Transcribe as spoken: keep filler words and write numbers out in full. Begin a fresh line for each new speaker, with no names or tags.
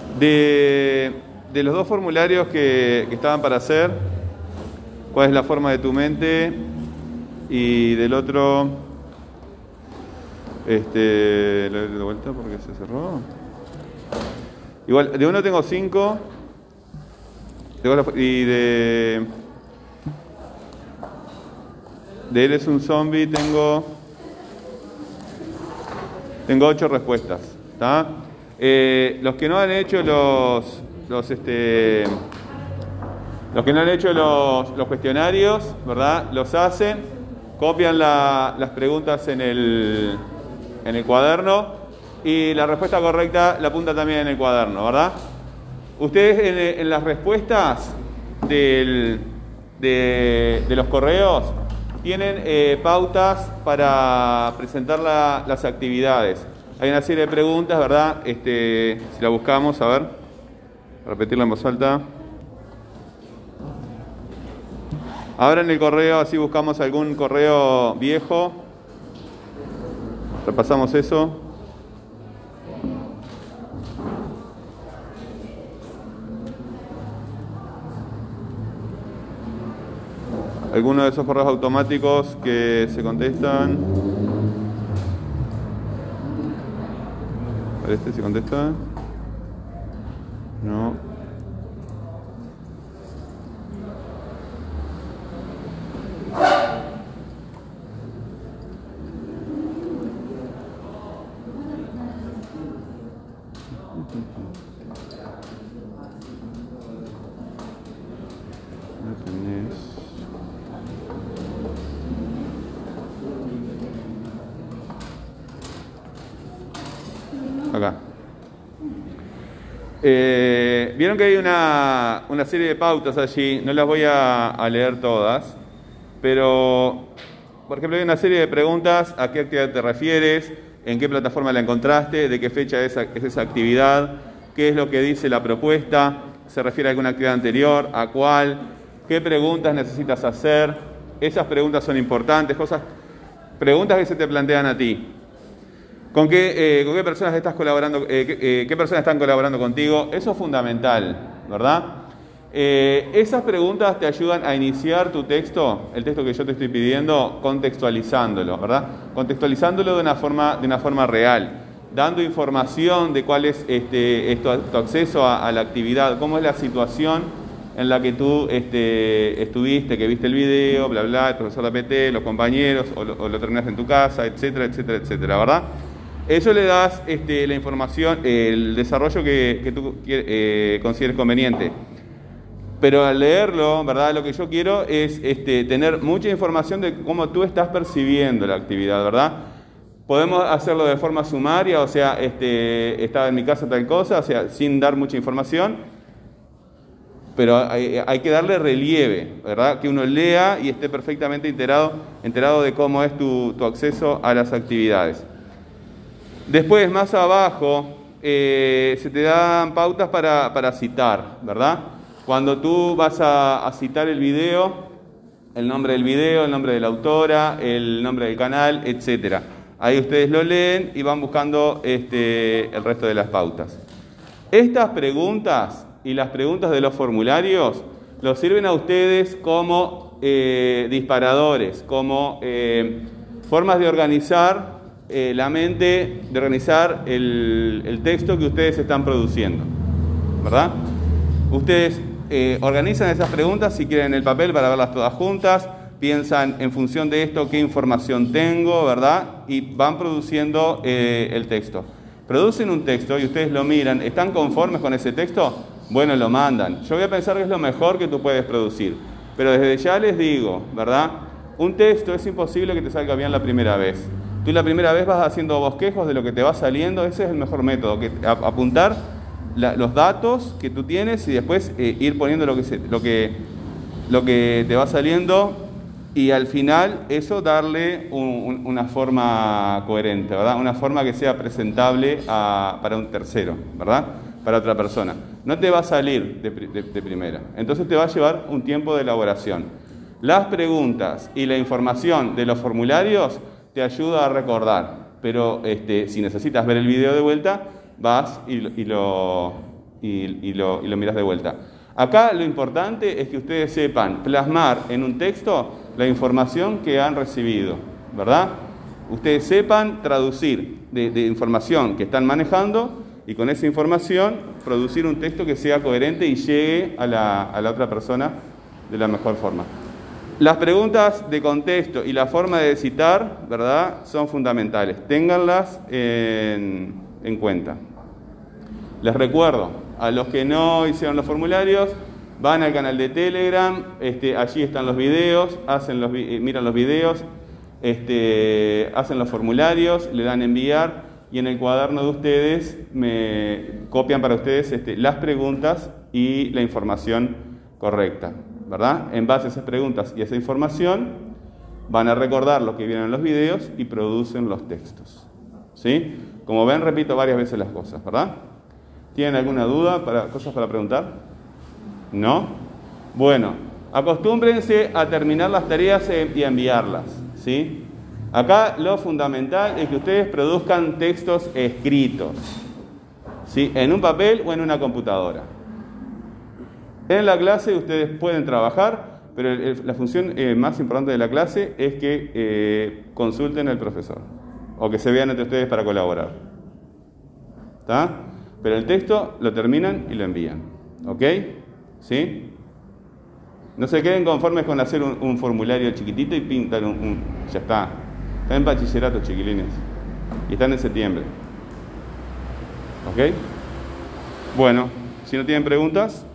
De, de los dos formularios que, que estaban para hacer, ¿cuál es la forma de tu mente? Y del otro, este, lo doy de vuelta porque se cerró. Igual, de uno tengo cinco. Y de... De él es un zombie, tengo... Tengo ocho respuestas. ¿Está? Eh, los que no han hecho los... Los, este... Los que no han hecho los, los cuestionarios, ¿verdad? Los hacen, copian la, las preguntas en el, en el cuaderno y la respuesta correcta la apunta también en el cuaderno, ¿verdad? Ustedes en, en las respuestas del, de, de los correos tienen eh, pautas para presentar la, las actividades. Hay una serie de preguntas, ¿verdad? Este, si la buscamos, a ver, repetirla en voz alta. Ahora en el correo, así buscamos algún correo viejo. Repasamos eso. Algunos de esos correos automáticos que se contestan. ¿Este se contesta? No. Acá. Eh, Vieron que hay una, una serie de pautas allí, no las voy a, a leer todas, pero, por ejemplo, hay una serie de preguntas: ¿a qué actividad te refieres? ¿En qué plataforma la encontraste? ¿De qué fecha es esa, es esa actividad? ¿Qué es lo que dice la propuesta? ¿Se refiere a alguna actividad anterior? ¿A cuál? ¿Qué preguntas necesitas hacer? Esas preguntas son importantes, cosas, preguntas que se te plantean a ti. ¿Con qué, eh, ¿con qué personas estás colaborando? Eh, qué, eh, ¿Qué personas están colaborando contigo? Eso es fundamental, ¿verdad? Eh, esas preguntas te ayudan a iniciar tu texto, el texto que yo te estoy pidiendo, contextualizándolo, ¿verdad? Contextualizándolo de una forma, de una forma real, dando información de cuál es, este, es tu, tu acceso a, a la actividad, cómo es la situación en la que tú este, estuviste, que viste el video, bla, bla, el profesor de A P T, los compañeros, o lo, o lo terminaste en tu casa, etcétera, etcétera, etcétera, ¿verdad? Eso le das este, la información, el desarrollo que, que tú eh, consideres conveniente. Pero al leerlo, ¿verdad? Lo que yo quiero es este, tener mucha información de cómo tú estás percibiendo la actividad, ¿verdad? Podemos hacerlo de forma sumaria, o sea, este, estaba en mi casa tal cosa, o sea, sin dar mucha información, pero hay, hay que darle relieve, ¿verdad? Que uno lea y esté perfectamente enterado, enterado de cómo es tu, tu acceso a las actividades. Después, más abajo, eh, se te dan pautas para, para citar, ¿verdad? Cuando tú vas a, a citar el video, el nombre del video, el nombre de la autora, el nombre del canal, etcétera. Ahí ustedes lo leen y van buscando este, el resto de las pautas. Estas preguntas y las preguntas de los formularios los sirven a ustedes como eh, disparadores, como eh, formas de organizar Eh, la mente, de organizar el, el texto que ustedes están produciendo, ¿verdad? Ustedes eh, organizan esas preguntas, si quieren, en el papel para verlas todas juntas, piensan en función de esto qué información tengo, ¿verdad? Y van produciendo eh, el texto. Producen un texto y ustedes lo miran, ¿están conformes con ese texto? Bueno, lo mandan. Yo voy a pensar que es lo mejor que tú puedes producir, pero desde ya les digo, ¿verdad? Un texto es imposible que te salga bien la primera vez. Tú la primera vez vas haciendo bosquejos de lo que te va saliendo, ese es el mejor método, que a, apuntar la, los datos que tú tienes y después eh, ir poniendo lo que, se, lo, que, lo que te va saliendo y al final eso darle un, un, una forma coherente, ¿verdad? Una forma que sea presentable a, para un tercero, ¿verdad? Para otra persona. No te va a salir de, de, de primera, entonces te va a llevar un tiempo de elaboración. Las preguntas y la información de los formularios te ayuda a recordar, pero este, si necesitas ver el video de vuelta, vas y, y, lo, y, y, lo, y lo mirás de vuelta. Acá lo importante es que ustedes sepan plasmar en un texto la información que han recibido, ¿verdad? Ustedes sepan traducir de, de información que están manejando y con esa información producir un texto que sea coherente y llegue a la, a la otra persona de la mejor forma. Las preguntas de contexto y la forma de citar, ¿verdad?, son fundamentales. Ténganlas en, en cuenta. Les recuerdo, a los que no hicieron los formularios, van al canal de Telegram, este, allí están los videos, hacen los, miran los videos, este, hacen los formularios, le dan enviar y en el cuaderno de ustedes me copian para ustedes este, las preguntas y la información correcta, ¿verdad? En base a esas preguntas y a esa información van a recordar lo que vieron en los videos y producen los textos, ¿sí? Como ven, repito varias veces las cosas, ¿verdad? ¿Tienen alguna duda, para, cosas para preguntar? ¿No? Bueno, acostúmbrense a terminar las tareas y a enviarlas, ¿sí? Acá lo fundamental es que ustedes produzcan textos escritos, ¿sí? En un papel o en una computadora. En la clase ustedes pueden trabajar, pero el, el, la función eh, más importante de la clase es que eh, consulten al profesor o que se vean entre ustedes para colaborar. ¿Está? Pero el texto lo terminan y lo envían. ¿Ok? ¿Sí? No se queden conformes con hacer un, un formulario chiquitito y pintar un, un... Ya está. Están en bachillerato, chiquilines. Y están en septiembre. ¿Ok? Bueno, si no tienen preguntas...